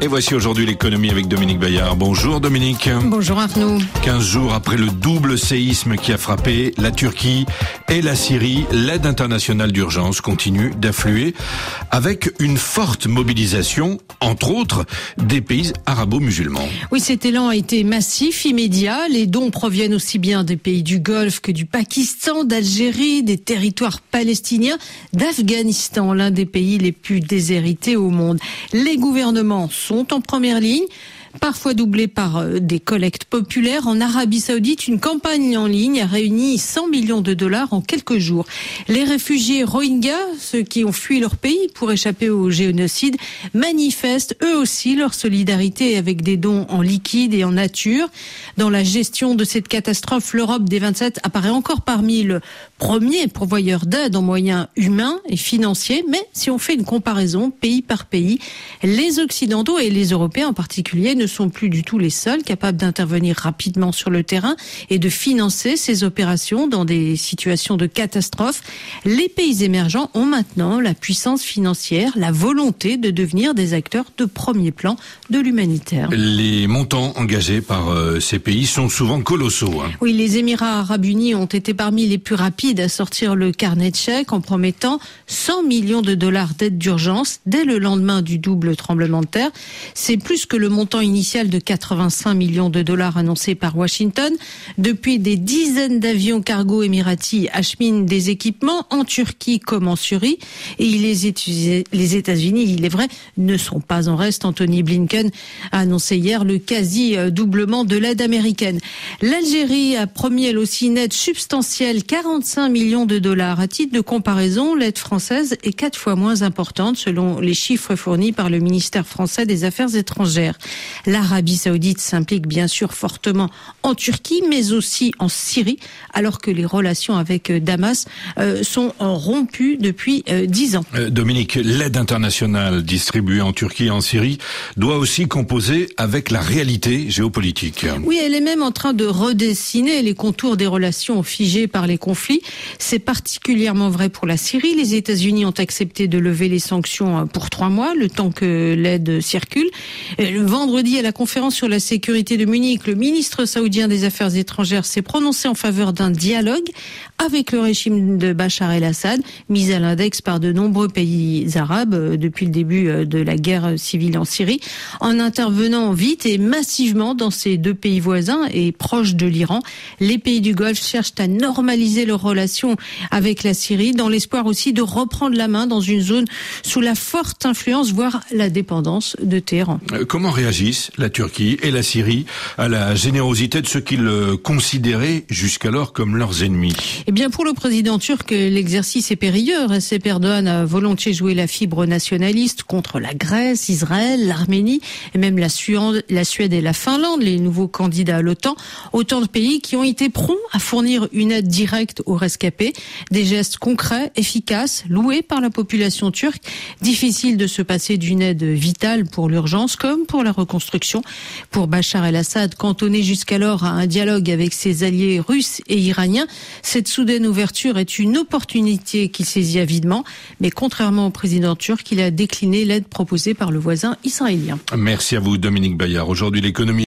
Et voici aujourd'hui l'économie avec Dominique Bayard. Bonjour Dominique. Bonjour Arnaud. 15 jours après le double séisme qui a frappé la Turquie et la Syrie, l'aide internationale d'urgence continue d'affluer avec une forte mobilisation, entre autres, des pays arabo-musulmans. Oui, cet élan a été massif, immédiat. Les dons proviennent aussi bien des pays du Golfe que du Pakistan, d'Algérie, des territoires palestiniens, d'Afghanistan, l'un des pays les plus déshérités au monde. Les gouvernements sont en première ligne, parfois doublés par des collectes populaires. En Arabie Saoudite, une campagne en ligne a réuni 100 millions de dollars en quelques jours. Les réfugiés Rohingyas, ceux qui ont fui leur pays pour échapper au génocide, manifestent eux aussi leur solidarité avec des dons en liquide et en nature. Dans la gestion de cette catastrophe, l'Europe des 27 apparaît encore parmi le premier pourvoyeur d'aide en moyens humains et financiers. Mais si on fait une comparaison pays par pays, les Occidentaux et les Européens en particulier ne sont plus du tout les seuls capables d'intervenir rapidement sur le terrain et de financer ces opérations dans des situations de catastrophe. Les pays émergents ont maintenant la puissance financière, la volonté de devenir des acteurs de premier plan de l'humanitaire. Les montants engagés par ces pays sont souvent colossaux. Oui, les Émirats arabes unis ont été parmi les plus rapides à sortir le carnet de chèques en promettant 100 millions de dollars d'aide d'urgence dès le lendemain du double tremblement de terre. C'est plus que le montant initial de 85 millions de dollars annoncé par Washington. Depuis, des dizaines d'avions cargo émiratis acheminent des équipements en Turquie comme en Syrie. Et les États-Unis, il est vrai, ne sont pas en reste. Anthony Blinken a annoncé hier le quasi-doublement de l'aide américaine. L'Algérie a promis elle aussi une aide substantielle, 45 millions de dollars. À titre de comparaison, l'aide française est 4 fois moins importante selon les chiffres fournis par le ministère français des Affaires étrangères. L'Arabie Saoudite s'implique bien sûr fortement en Turquie, mais aussi en Syrie, alors que les relations avec Damas sont rompues depuis 10 ans. Dominique, l'aide internationale distribuée en Turquie et en Syrie doit aussi composer avec la réalité géopolitique. Oui, elle est même en train de redessiner les contours des relations figées par les conflits. C'est particulièrement vrai pour la Syrie. Les États-Unis ont accepté de lever les sanctions pour 3 mois, le temps que l'aide circule. Le vendredi, à la conférence sur la sécurité de Munich, le ministre saoudien des Affaires étrangères s'est prononcé en faveur d'un dialogue avec le régime de Bachar el-Assad, mis à l'index par de nombreux pays arabes depuis le début de la guerre civile en Syrie, en intervenant vite et massivement dans ces deux pays voisins et proches de l'Iran. Les pays du Golfe cherchent à normaliser leurs relations avec la Syrie, dans l'espoir aussi de reprendre la main dans une zone sous la forte influence, voire la dépendance de Téhéran. Comment réagissent la Turquie et la Syrie à la générosité de ceux qu'ils considéraient jusqu'alors comme leurs ennemis? Eh bien, pour le président turc, l'exercice est périlleux. Recep Erdogan a volontiers joué la fibre nationaliste contre la Grèce, Israël, l'Arménie et même la Suède et la Finlande, les nouveaux candidats à l'OTAN. Autant de pays qui ont été prompts à fournir une aide directe aux rescapés. Des gestes concrets, efficaces, loués par la population turque. Difficile de se passer d'une aide vitale pour l'urgence comme pour la reconstruction. Pour Bachar el-Assad, cantonné jusqu'alors à un dialogue avec ses alliés russes et iraniens, cette soudaine ouverture est une opportunité qu'il saisit avidement. Mais contrairement au président turc, il a décliné l'aide proposée par le voisin israélien. Merci à vous Dominique Bayard. Aujourd'hui l'économie